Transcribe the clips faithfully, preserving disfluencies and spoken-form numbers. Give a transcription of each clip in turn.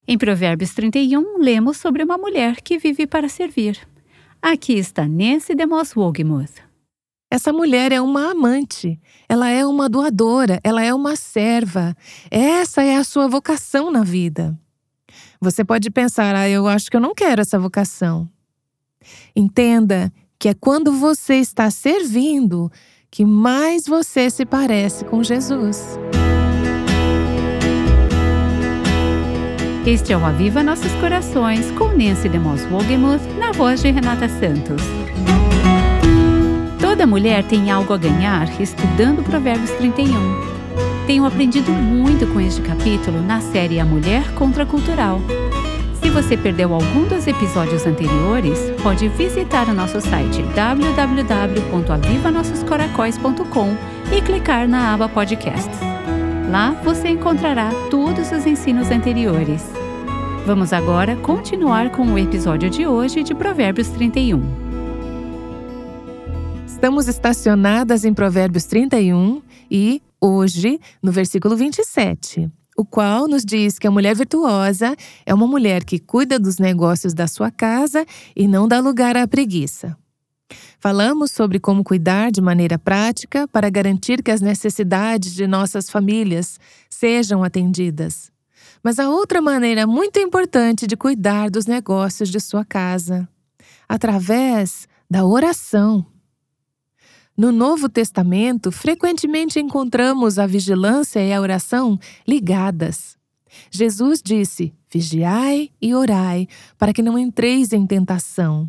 Em Provérbios trinta e um, lemos sobre uma mulher que vive para servir. Aqui está Nancy DeMoss Wolgemuth. Essa mulher é uma amante, ela é uma doadora, ela é uma serva. Essa é a sua vocação na vida. Você pode pensar, ah, eu acho que eu não quero essa vocação. Entenda que é quando você está servindo que mais você se parece com Jesus. Este é o Aviva Nossos Corações, com Nancy DeMoss Wolgemuth, na voz de Renata Santos. Toda mulher tem algo a ganhar estudando Provérbios trinta e um. Tenho aprendido muito com este capítulo na série A Mulher Contracultural. Se você perdeu algum dos episódios anteriores, pode visitar o nosso site w w w ponto aviva nossos coracóis ponto com e clicar na aba Podcasts. Lá você encontrará todos os ensinos anteriores. Vamos agora continuar com o episódio de hoje de Provérbios trinta e um. Estamos estacionadas em Provérbios trinta e um e, hoje, no versículo vinte e sete, o qual nos diz que a mulher virtuosa é uma mulher que cuida dos negócios da sua casa e não dá lugar à preguiça. Falamos sobre como cuidar de maneira prática para garantir que as necessidades de nossas famílias sejam atendidas. Mas há outra maneira muito importante de cuidar dos negócios de sua casa, através da oração. No Novo Testamento, frequentemente encontramos a vigilância e a oração ligadas. Jesus disse, vigiai e orai, para que não entreis em tentação.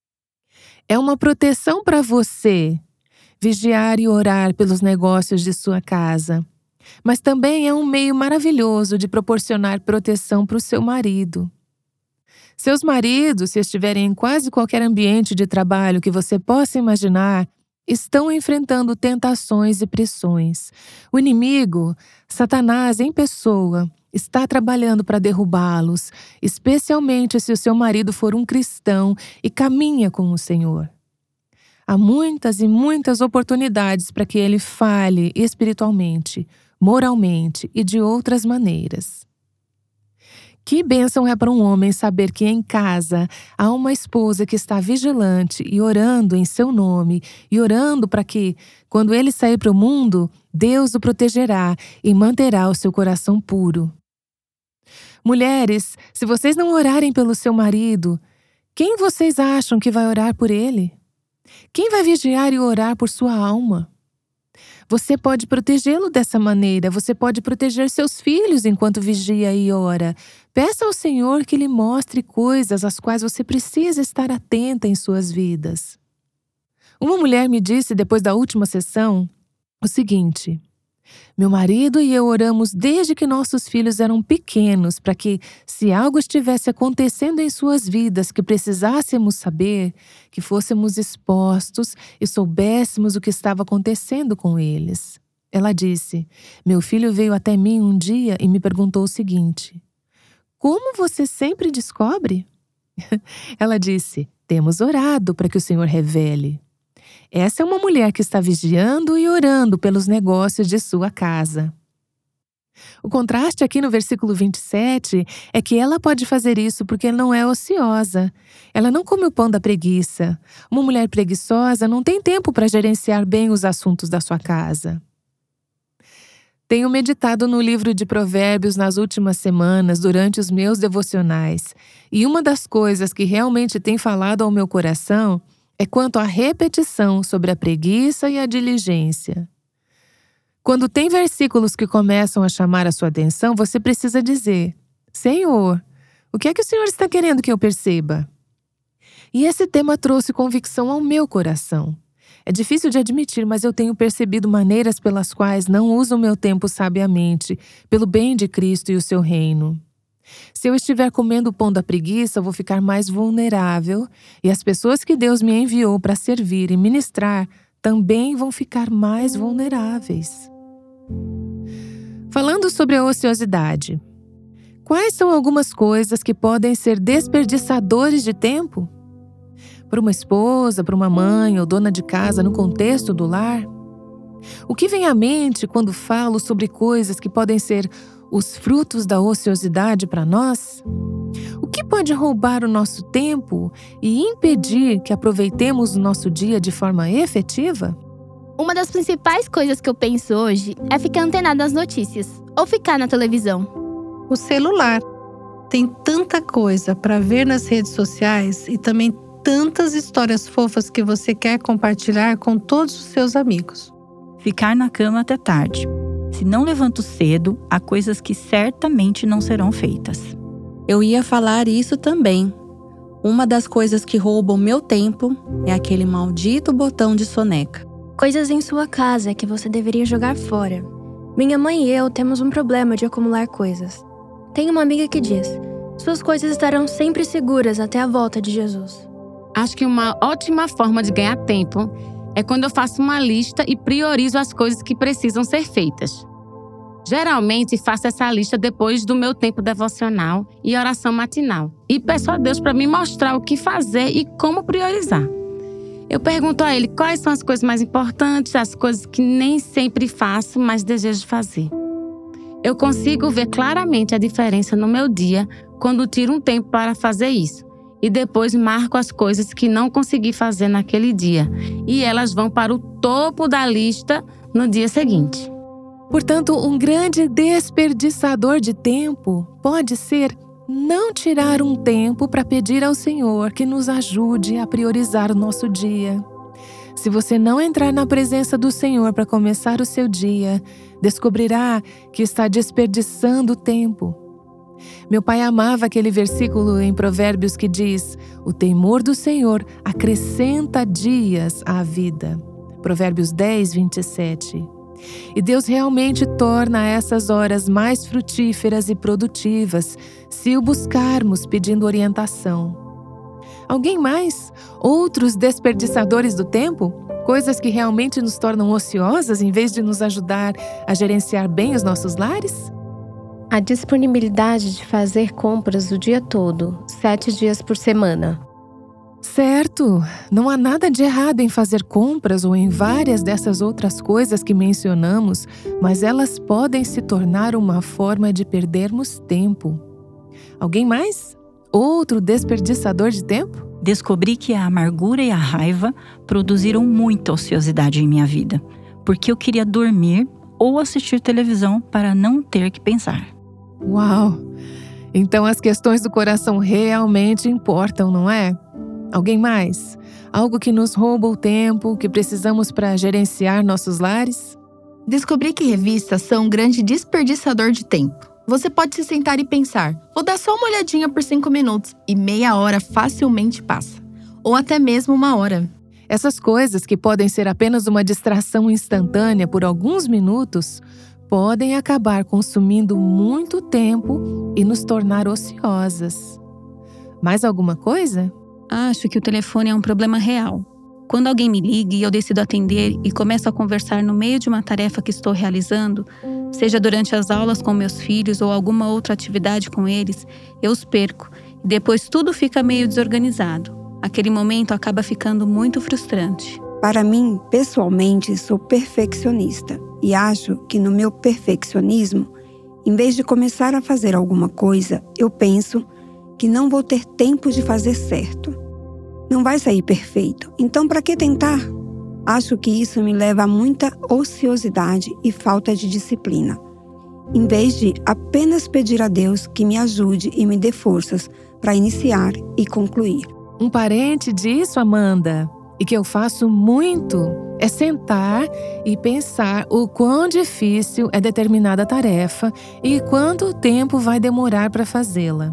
É uma proteção para você, vigiar e orar pelos negócios de sua casa. Mas também é um meio maravilhoso de proporcionar proteção para o seu marido. Seus maridos, se estiverem em quase qualquer ambiente de trabalho que você possa imaginar, estão enfrentando tentações e pressões. O inimigo, Satanás em pessoa, está trabalhando para derrubá-los, especialmente se o seu marido for um cristão e caminha com o Senhor. Há muitas e muitas oportunidades para que ele falhe espiritualmente, moralmente e de outras maneiras. Que bênção é para um homem saber que em casa há uma esposa que está vigilante e orando em seu nome e orando para que, quando ele sair para o mundo, Deus o protegerá e manterá o seu coração puro. Mulheres, se vocês não orarem pelo seu marido, quem vocês acham que vai orar por ele? Quem vai vigiar e orar por sua alma? Você pode protegê-lo dessa maneira, você pode proteger seus filhos enquanto vigia e ora. Peça ao Senhor que lhe mostre coisas às quais você precisa estar atenta em suas vidas. Uma mulher me disse depois da última sessão o seguinte: meu marido e eu oramos desde que nossos filhos eram pequenos para que, se algo estivesse acontecendo em suas vidas que precisássemos saber, que fôssemos expostos e soubéssemos o que estava acontecendo com eles. Ela disse, meu filho veio até mim um dia e me perguntou o seguinte: como você sempre descobre? Ela disse, temos orado para que o Senhor revele. Essa é uma mulher que está vigiando e orando pelos negócios de sua casa. O contraste aqui no versículo vinte e sete é que ela pode fazer isso porque não é ociosa. Ela não come o pão da preguiça. Uma mulher preguiçosa não tem tempo para gerenciar bem os assuntos da sua casa. Tenho meditado no livro de Provérbios nas últimas semanas, durante os meus devocionais. E uma das coisas que realmente tem falado ao meu coração é quanto à repetição sobre a preguiça e a diligência. Quando tem versículos que começam a chamar a sua atenção, você precisa dizer, Senhor, o que é que o Senhor está querendo que eu perceba? E esse tema trouxe convicção ao meu coração. É difícil de admitir, mas eu tenho percebido maneiras pelas quais não uso o meu tempo sabiamente, pelo bem de Cristo e o seu reino. Se eu estiver comendo o pão da preguiça, eu vou ficar mais vulnerável e as pessoas que Deus me enviou para servir e ministrar também vão ficar mais vulneráveis. Falando sobre a ociosidade, quais são algumas coisas que podem ser desperdiçadores de tempo? Para uma esposa, para uma mãe ou dona de casa no contexto do lar? O que vem à mente quando falo sobre coisas que podem ser os frutos da ociosidade para nós? O que pode roubar o nosso tempo e impedir que aproveitemos o nosso dia de forma efetiva? Uma das principais coisas que eu penso hoje é ficar antenado nas notícias ou ficar na televisão. O celular. Tem tanta coisa para ver nas redes sociais e também tantas histórias fofas que você quer compartilhar com todos os seus amigos. Ficar na cama até tarde. Se não levanto cedo, há coisas que certamente não serão feitas. Eu ia falar isso também. Uma das coisas que roubam meu tempo é aquele maldito botão de soneca. Coisas em sua casa que você deveria jogar fora. Minha mãe e eu temos um problema de acumular coisas. Tem uma amiga que diz: suas coisas estarão sempre seguras até a volta de Jesus. Acho que uma ótima forma de ganhar tempo é quando eu faço uma lista e priorizo as coisas que precisam ser feitas. Geralmente faço essa lista depois do meu tempo devocional e oração matinal. E peço a Deus para me mostrar o que fazer e como priorizar. Eu pergunto a Ele quais são as coisas mais importantes, as coisas que nem sempre faço, mas desejo fazer. Eu consigo ver claramente a diferença no meu dia quando tiro um tempo para fazer isso. E depois marco as coisas que não consegui fazer naquele dia. E elas vão para o topo da lista no dia seguinte. Portanto, um grande desperdiçador de tempo pode ser não tirar um tempo para pedir ao Senhor que nos ajude a priorizar o nosso dia. Se você não entrar na presença do Senhor para começar o seu dia, descobrirá que está desperdiçando tempo. Meu pai amava aquele versículo em Provérbios que diz: o temor do Senhor acrescenta dias à vida. Provérbios dez, vinte e sete. E Deus realmente torna essas horas mais frutíferas e produtivas se o buscarmos pedindo orientação. Alguém mais? Outros desperdiçadores do tempo? Coisas que realmente nos tornam ociosas em vez de nos ajudar a gerenciar bem os nossos lares? A disponibilidade de fazer compras o dia todo, sete dias por semana. Certo, não há nada de errado em fazer compras ou em várias dessas outras coisas que mencionamos, mas elas podem se tornar uma forma de perdermos tempo. Alguém mais? Outro desperdiçador de tempo? Descobri que a amargura e a raiva produziram muita ociosidade em minha vida, porque eu queria dormir ou assistir televisão para não ter que pensar. Uau! Então as questões do coração realmente importam, não é? Alguém mais? Algo que nos rouba o tempo, que precisamos para gerenciar nossos lares? Descobri que revistas são um grande desperdiçador de tempo. Você pode se sentar e pensar: vou dar só uma olhadinha por cinco minutos, e meia hora facilmente passa. Ou até mesmo uma hora. Essas coisas que podem ser apenas uma distração instantânea por alguns minutos podem acabar consumindo muito tempo e nos tornar ociosas. Mais alguma coisa? Acho que o telefone é um problema real. Quando alguém me liga e eu decido atender e começo a conversar no meio de uma tarefa que estou realizando, seja durante as aulas com meus filhos ou alguma outra atividade com eles, eu os perco e depois tudo fica meio desorganizado. Aquele momento acaba ficando muito frustrante. Para mim, pessoalmente, sou perfeccionista e acho que no meu perfeccionismo, em vez de começar a fazer alguma coisa, eu penso que não vou ter tempo de fazer certo. Não vai sair perfeito, então para que tentar? Acho que isso me leva a muita ociosidade e falta de disciplina, em vez de apenas pedir a Deus que me ajude e me dê forças para iniciar e concluir. Um parente disso, Amanda, e que eu faço muito, é sentar e pensar o quão difícil é determinada tarefa e quanto tempo vai demorar para fazê-la.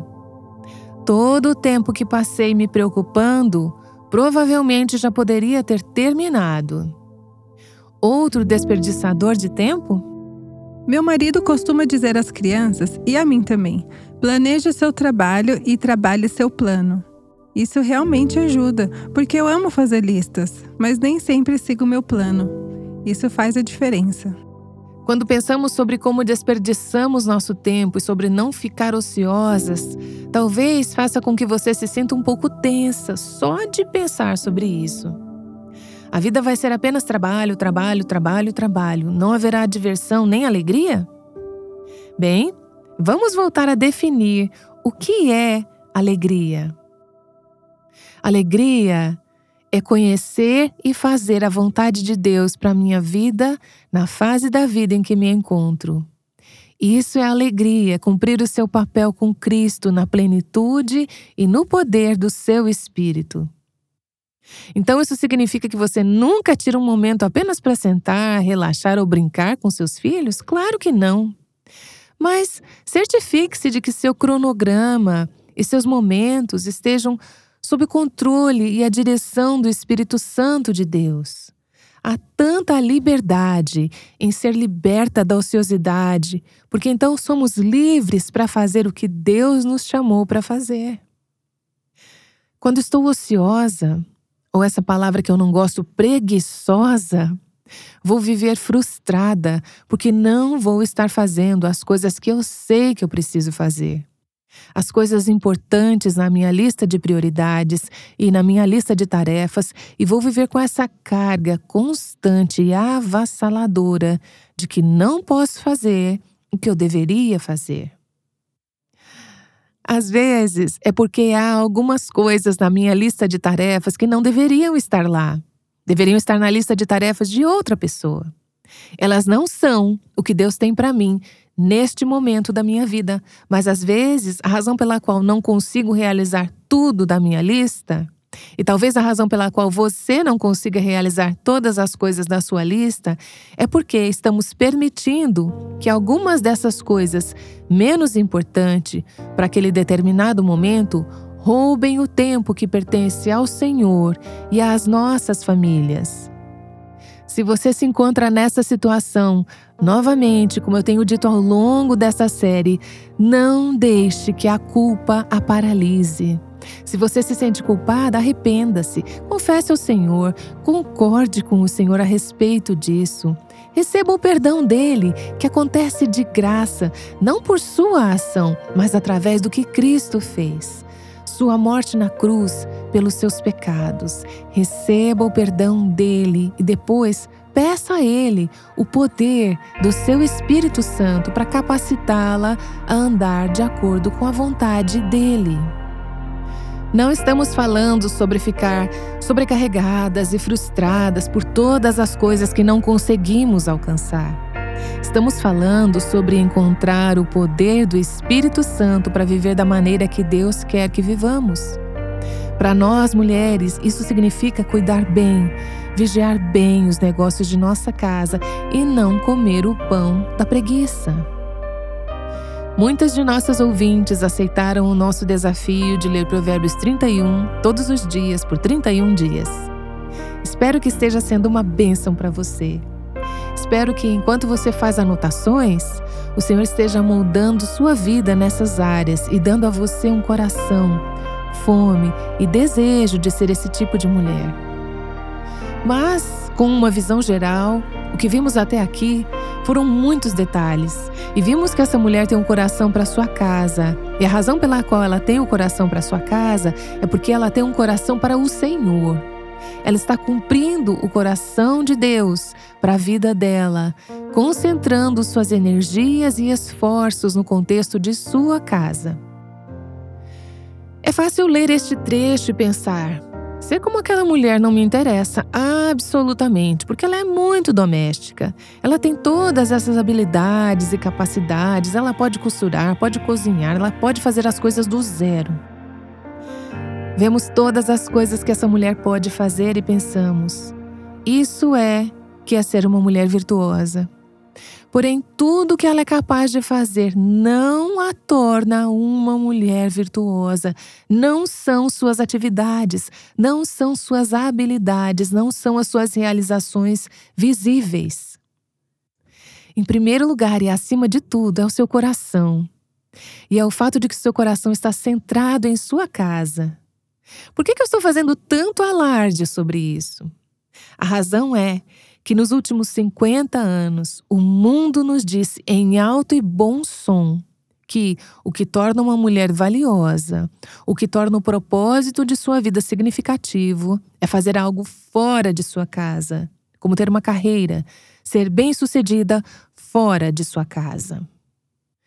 Todo o tempo que passei me preocupando, provavelmente já poderia ter terminado. Outro desperdiçador de tempo? Meu marido costuma dizer às crianças, e a mim também, planeje seu trabalho e trabalhe seu plano. Isso realmente ajuda, porque eu amo fazer listas, mas nem sempre sigo meu plano. Isso faz a diferença. Quando pensamos sobre como desperdiçamos nosso tempo e sobre não ficar ociosas, talvez faça com que você se sinta um pouco tensa só de pensar sobre isso. A vida vai ser apenas trabalho, trabalho, trabalho, trabalho. Não haverá diversão nem alegria? Bem, vamos voltar a definir o que é alegria. Alegria é conhecer e fazer a vontade de Deus para a minha vida na fase da vida em que me encontro. Isso é alegria, cumprir o seu papel com Cristo na plenitude e no poder do seu Espírito. Então isso significa que você nunca tira um momento apenas para sentar, relaxar ou brincar com seus filhos? Claro que não. Mas certifique-se de que seu cronograma e seus momentos estejam sob o controle e a direção do Espírito Santo de Deus. Há tanta liberdade em ser liberta da ociosidade, porque então somos livres para fazer o que Deus nos chamou para fazer. Quando estou ociosa, ou essa palavra que eu não gosto, preguiçosa, vou viver frustrada, porque não vou estar fazendo as coisas que eu sei que eu preciso fazer. As coisas importantes na minha lista de prioridades e na minha lista de tarefas, e vou viver com essa carga constante e avassaladora de que não posso fazer o que eu deveria fazer. Às vezes é porque há algumas coisas na minha lista de tarefas que não deveriam estar lá. Deveriam estar na lista de tarefas de outra pessoa. Elas não são o que Deus tem para mim neste momento da minha vida, mas às vezes a razão pela qual não consigo realizar tudo da minha lista, e talvez a razão pela qual você não consiga realizar todas as coisas da sua lista, é porque estamos permitindo que algumas dessas coisas menos importantes para aquele determinado momento roubem o tempo que pertence ao Senhor e às nossas famílias. Se você se encontra nessa situação, novamente, como eu tenho dito ao longo dessa série, não deixe que a culpa a paralise. Se você se sente culpada, arrependa-se, confesse ao Senhor, concorde com o Senhor a respeito disso. Receba o perdão dele, que acontece de graça, não por sua ação, mas através do que Cristo fez. Sua morte na cruz pelos seus pecados. Receba o perdão dele e depois peça a ele o poder do seu Espírito Santo para capacitá-la a andar de acordo com a vontade dele. Não estamos falando sobre ficar sobrecarregadas e frustradas por todas as coisas que não conseguimos alcançar. Estamos falando sobre encontrar o poder do Espírito Santo para viver da maneira que Deus quer que vivamos. Para nós, mulheres, isso significa cuidar bem, vigiar bem os negócios de nossa casa e não comer o pão da preguiça. Muitas de nossas ouvintes aceitaram o nosso desafio de ler Provérbios trinta e um todos os dias por trinta e um dias. Espero que esteja sendo uma bênção para você. Espero que, enquanto você faz anotações, o Senhor esteja moldando sua vida nessas áreas e dando a você um coração, fome e desejo de ser esse tipo de mulher. Mas, com uma visão geral, o que vimos até aqui foram muitos detalhes. E vimos que essa mulher tem um coração para sua casa. E a razão pela qual ela tem o um coração para sua casa é porque ela tem um coração para o Senhor. Ela está cumprindo o coração de Deus para a vida dela, concentrando suas energias e esforços no contexto de sua casa. É fácil ler este trecho e pensar: ser como aquela mulher não me interessa absolutamente, porque ela é muito doméstica. Ela tem todas essas habilidades e capacidades, ela pode costurar, pode cozinhar, ela pode fazer as coisas do zero. Vemos todas as coisas que essa mulher pode fazer e pensamos: isso é que é ser uma mulher virtuosa. Porém, tudo que ela é capaz de fazer não a torna uma mulher virtuosa. Não são suas atividades, não são suas habilidades, não são as suas realizações visíveis. Em primeiro lugar e acima de tudo é o seu coração. E é o fato de que seu coração está centrado em sua casa. Por que que eu estou fazendo tanto alarde sobre isso? A razão é que nos últimos cinquenta anos, o mundo nos disse em alto e bom som que o que torna uma mulher valiosa, o que torna o propósito de sua vida significativo, é fazer algo fora de sua casa, como ter uma carreira, ser bem-sucedida fora de sua casa.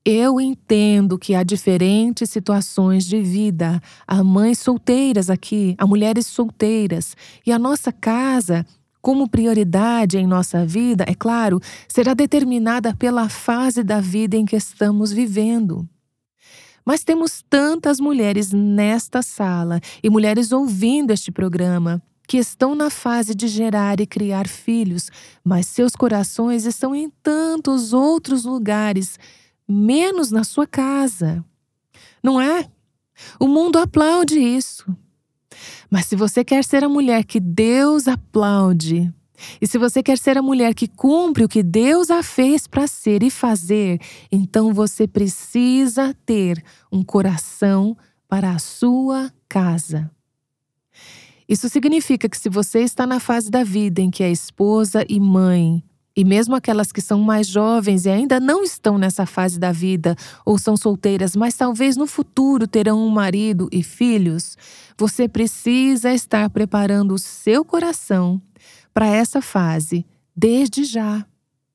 Eu entendo que há diferentes situações de vida. Há mães solteiras aqui, há mulheres solteiras. E a nossa casa, como prioridade em nossa vida, é claro, será determinada pela fase da vida em que estamos vivendo. Mas temos tantas mulheres nesta sala e mulheres ouvindo este programa que estão na fase de gerar e criar filhos, mas seus corações estão em tantos outros lugares, menos na sua casa. Não é? O mundo aplaude isso. Mas se você quer ser a mulher que Deus aplaude, e se você quer ser a mulher que cumpre o que Deus a fez para ser e fazer, então você precisa ter um coração para a sua casa. Isso significa que se você está na fase da vida em que é esposa e mãe, e mesmo aquelas que são mais jovens e ainda não estão nessa fase da vida ou são solteiras, mas talvez no futuro terão um marido e filhos, você precisa estar preparando o seu coração para essa fase desde já.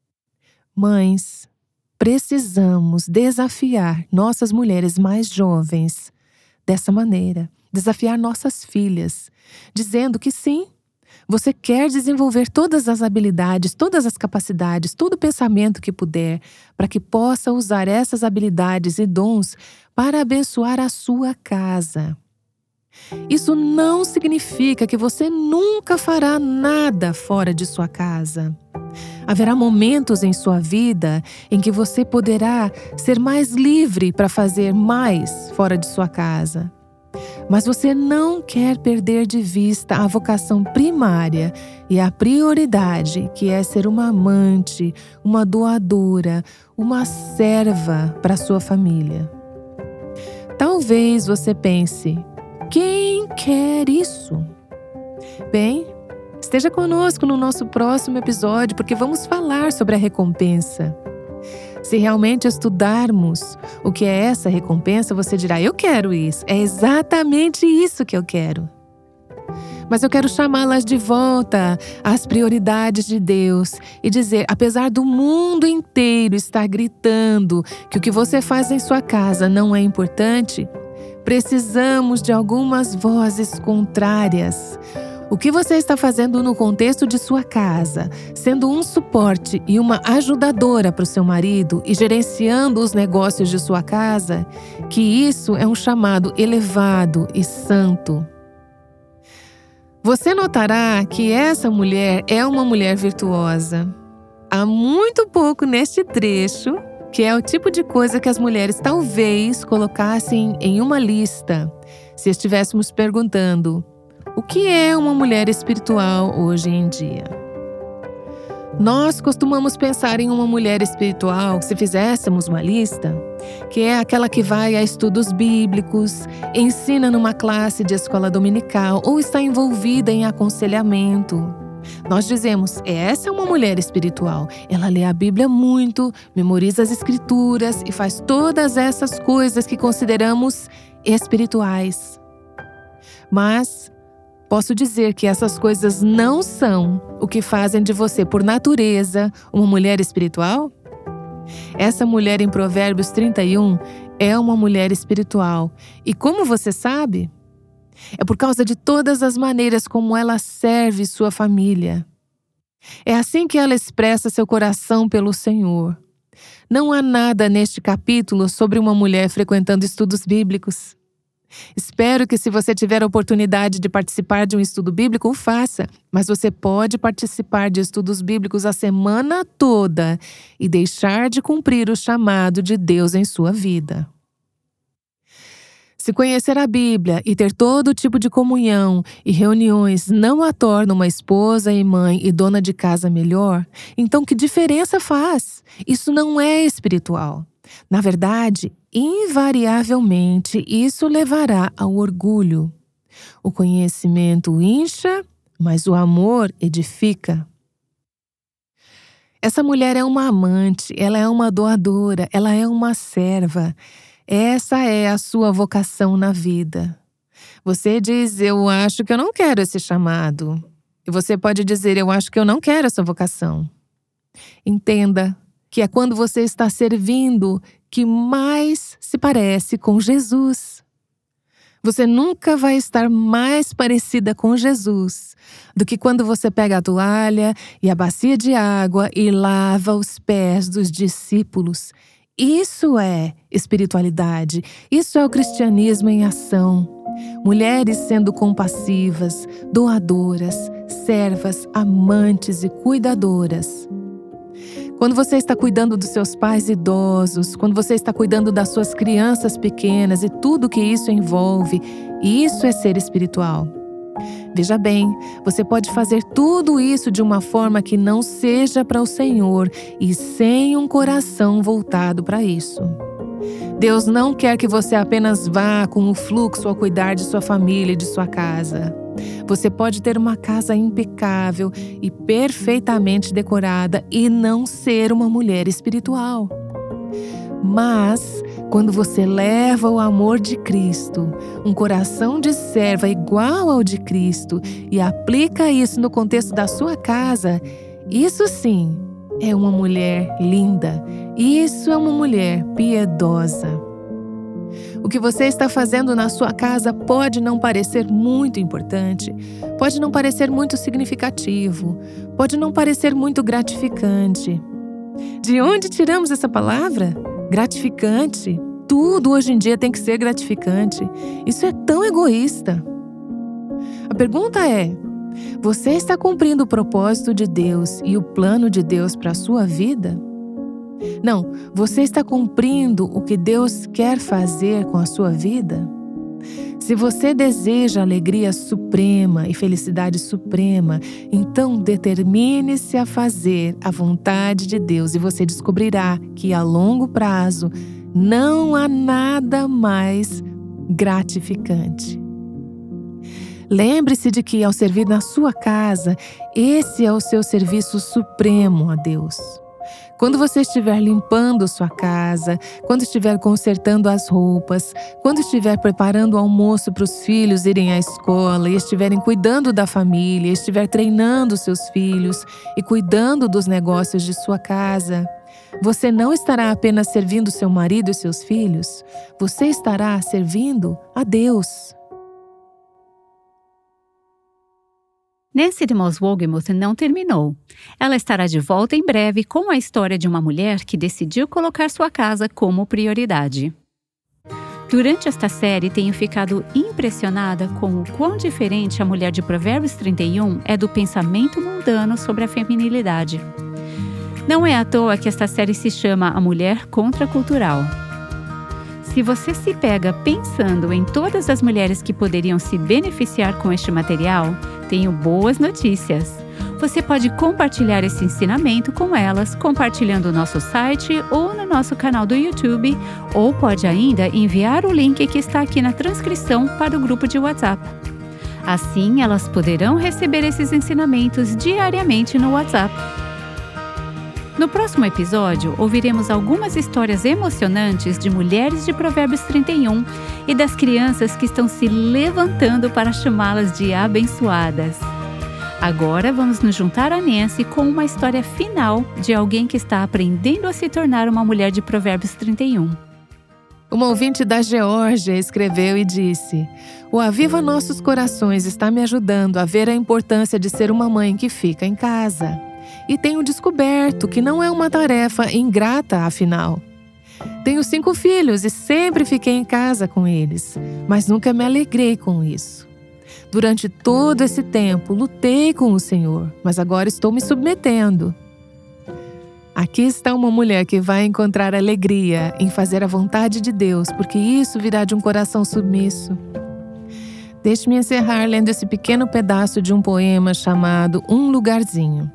Mães, precisamos desafiar nossas mulheres mais jovens dessa maneira, desafiar nossas filhas, dizendo que sim, você quer desenvolver todas as habilidades, todas as capacidades, todo o pensamento que puder, para que possa usar essas habilidades e dons para abençoar a sua casa. Isso não significa que você nunca fará nada fora de sua casa. Haverá momentos em sua vida em que você poderá ser mais livre para fazer mais fora de sua casa. Mas você não quer perder de vista a vocação primária e a prioridade, que é ser uma amante, uma doadora, uma serva para sua família. Talvez você pense: quem quer isso? Bem, esteja conosco no nosso próximo episódio, porque vamos falar sobre a recompensa. Se realmente estudarmos o que é essa recompensa, você dirá: eu quero isso, é exatamente isso que eu quero. Mas eu quero chamá-las de volta às prioridades de Deus e dizer, apesar do mundo inteiro estar gritando que o que você faz em sua casa não é importante, precisamos de algumas vozes contrárias. O que você está fazendo no contexto de sua casa, sendo um suporte e uma ajudadora para o seu marido e gerenciando os negócios de sua casa, que isso é um chamado elevado e santo. Você notará que essa mulher é uma mulher virtuosa. Há muito pouco neste trecho, que é o tipo de coisa que as mulheres talvez colocassem em uma lista, se estivéssemos perguntando: o que é uma mulher espiritual hoje em dia? Nós costumamos pensar em uma mulher espiritual, se fizéssemos uma lista, que é aquela que vai a estudos bíblicos, ensina numa classe de escola dominical ou está envolvida em aconselhamento. Nós dizemos, essa é uma mulher espiritual. Ela lê a Bíblia muito, memoriza as escrituras e faz todas essas coisas que consideramos espirituais. Mas posso dizer que essas coisas não são o que fazem de você, por natureza, uma mulher espiritual? Essa mulher em Provérbios trinta e um é uma mulher espiritual. E como você sabe? É por causa de todas as maneiras como ela serve sua família. É assim que ela expressa seu coração pelo Senhor. Não há nada neste capítulo sobre uma mulher frequentando estudos bíblicos. Espero que, se você tiver a oportunidade de participar de um estudo bíblico, o faça. Mas você pode participar de estudos bíblicos a semana toda e deixar de cumprir o chamado de Deus em sua vida. Se conhecer a Bíblia e ter todo tipo de comunhão e reuniões não a torna uma esposa e mãe e dona de casa melhor, então que diferença faz? Isso não é espiritual. Na verdade, invariavelmente, isso levará ao orgulho. O conhecimento incha, mas o amor edifica. Essa mulher é uma amante, ela é uma doadora, ela é uma serva. Essa é a sua vocação na vida. Você diz, eu acho que eu não quero esse chamado. E você pode dizer, eu acho que eu não quero essa vocação. Entenda que é quando você está servindo, que mais se parece com Jesus. Você nunca vai estar mais parecida com Jesus do que quando você pega a toalha e a bacia de água e lava os pés dos discípulos. Isso é espiritualidade, isso é o cristianismo em ação. Mulheres sendo compassivas, doadoras, servas, amantes e cuidadoras. Quando você está cuidando dos seus pais idosos, quando você está cuidando das suas crianças pequenas e tudo que isso envolve, isso é ser espiritual. Veja bem, você pode fazer tudo isso de uma forma que não seja para o Senhor e sem um coração voltado para isso. Deus não quer que você apenas vá com o fluxo ao cuidar de sua família e de sua casa. Você pode ter uma casa impecável e perfeitamente decorada e não ser uma mulher espiritual. Mas, quando você leva o amor de Cristo, um coração de serva igual ao de Cristo, e aplica isso no contexto da sua casa, isso sim é uma mulher linda. Isso é uma mulher piedosa. O que você está fazendo na sua casa pode não parecer muito importante, pode não parecer muito significativo, pode não parecer muito gratificante. De onde tiramos essa palavra? Gratificante. Tudo hoje em dia tem que ser gratificante. Isso é tão egoísta. A pergunta é: você está cumprindo o propósito de Deus e o plano de Deus para a sua vida? Não, você está cumprindo o que Deus quer fazer com a sua vida? Se você deseja alegria suprema e felicidade suprema, então determine-se a fazer a vontade de Deus e você descobrirá que a longo prazo não há nada mais gratificante. Lembre-se de que ao servir na sua casa, esse é o seu serviço supremo a Deus. Quando você estiver limpando sua casa, quando estiver consertando as roupas, quando estiver preparando o almoço para os filhos irem à escola e estiverem cuidando da família, estiver treinando seus filhos e cuidando dos negócios de sua casa, você não estará apenas servindo seu marido e seus filhos, você estará servindo a Deus. Nancy DeMoss Wolgemuth não terminou. Ela estará de volta em breve com a história de uma mulher que decidiu colocar sua casa como prioridade. Durante esta série, tenho ficado impressionada com o quão diferente a mulher de Provérbios trinta e um é do pensamento mundano sobre a feminilidade. Não é à toa que esta série se chama A Mulher Contracultural. Se você se pega pensando em todas as mulheres que poderiam se beneficiar com este material, tenho boas notícias. Você pode compartilhar esse ensinamento com elas, compartilhando o nosso site ou no nosso canal do YouTube, ou pode ainda enviar o link que está aqui na transcrição para o grupo de WhatsApp. Assim, elas poderão receber esses ensinamentos diariamente no WhatsApp. No próximo episódio, ouviremos algumas histórias emocionantes de mulheres de Provérbios trinta e um e das crianças que estão se levantando para chamá-las de abençoadas. Agora vamos nos juntar a Nancy com uma história final de alguém que está aprendendo a se tornar uma mulher de Provérbios trinta e um. Uma ouvinte da Geórgia escreveu e disse: "O Aviva Nossos Corações está me ajudando a ver a importância de ser uma mãe que fica em casa. E tenho descoberto que não é uma tarefa ingrata, afinal. Tenho cinco filhos e sempre fiquei em casa com eles, mas nunca me alegrei com isso. Durante todo esse tempo, lutei com o Senhor, mas agora estou me submetendo." Aqui está uma mulher que vai encontrar alegria em fazer a vontade de Deus, porque isso virá de um coração submisso. Deixe-me encerrar lendo esse pequeno pedaço de um poema chamado Um Lugarzinho.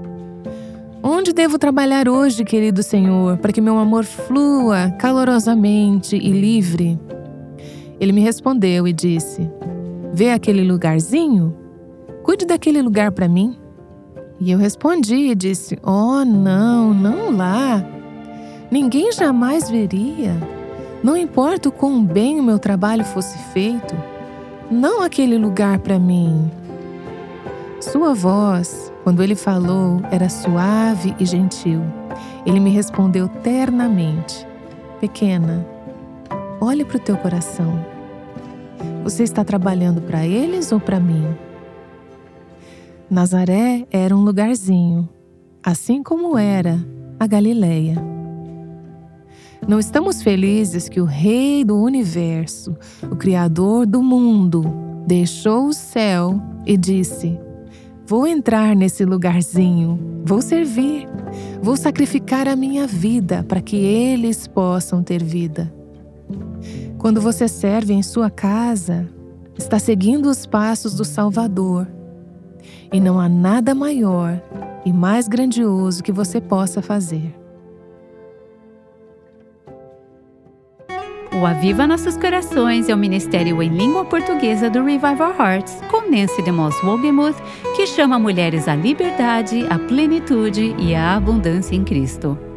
Onde devo trabalhar hoje, querido Senhor, para que meu amor flua calorosamente e livre? Ele me respondeu e disse: "Vê aquele lugarzinho? Cuide daquele lugar para mim." E eu respondi e disse: "Oh, não, não lá. Ninguém jamais veria. Não importa o quão bem o meu trabalho fosse feito. Não aquele lugar para mim." Sua voz, quando ele falou, era suave e gentil, Ele me respondeu ternamente: pequena, olhe para o teu coração. Você está trabalhando para eles ou para mim? Nazaré era um lugarzinho, assim como era a Galileia. Não estamos felizes que o Rei do Universo, o Criador do mundo, deixou o céu e disse: vou entrar nesse lugarzinho, vou servir, vou sacrificar a minha vida para que eles possam ter vida. Quando você serve em sua casa, está seguindo os passos do Salvador. E não há nada maior e mais grandioso que você possa fazer. O Aviva Nossos Corações é o ministério em língua portuguesa do Revival Hearts, com Nancy DeMoss Wolgemuth, que chama mulheres à liberdade, à plenitude e à abundância em Cristo.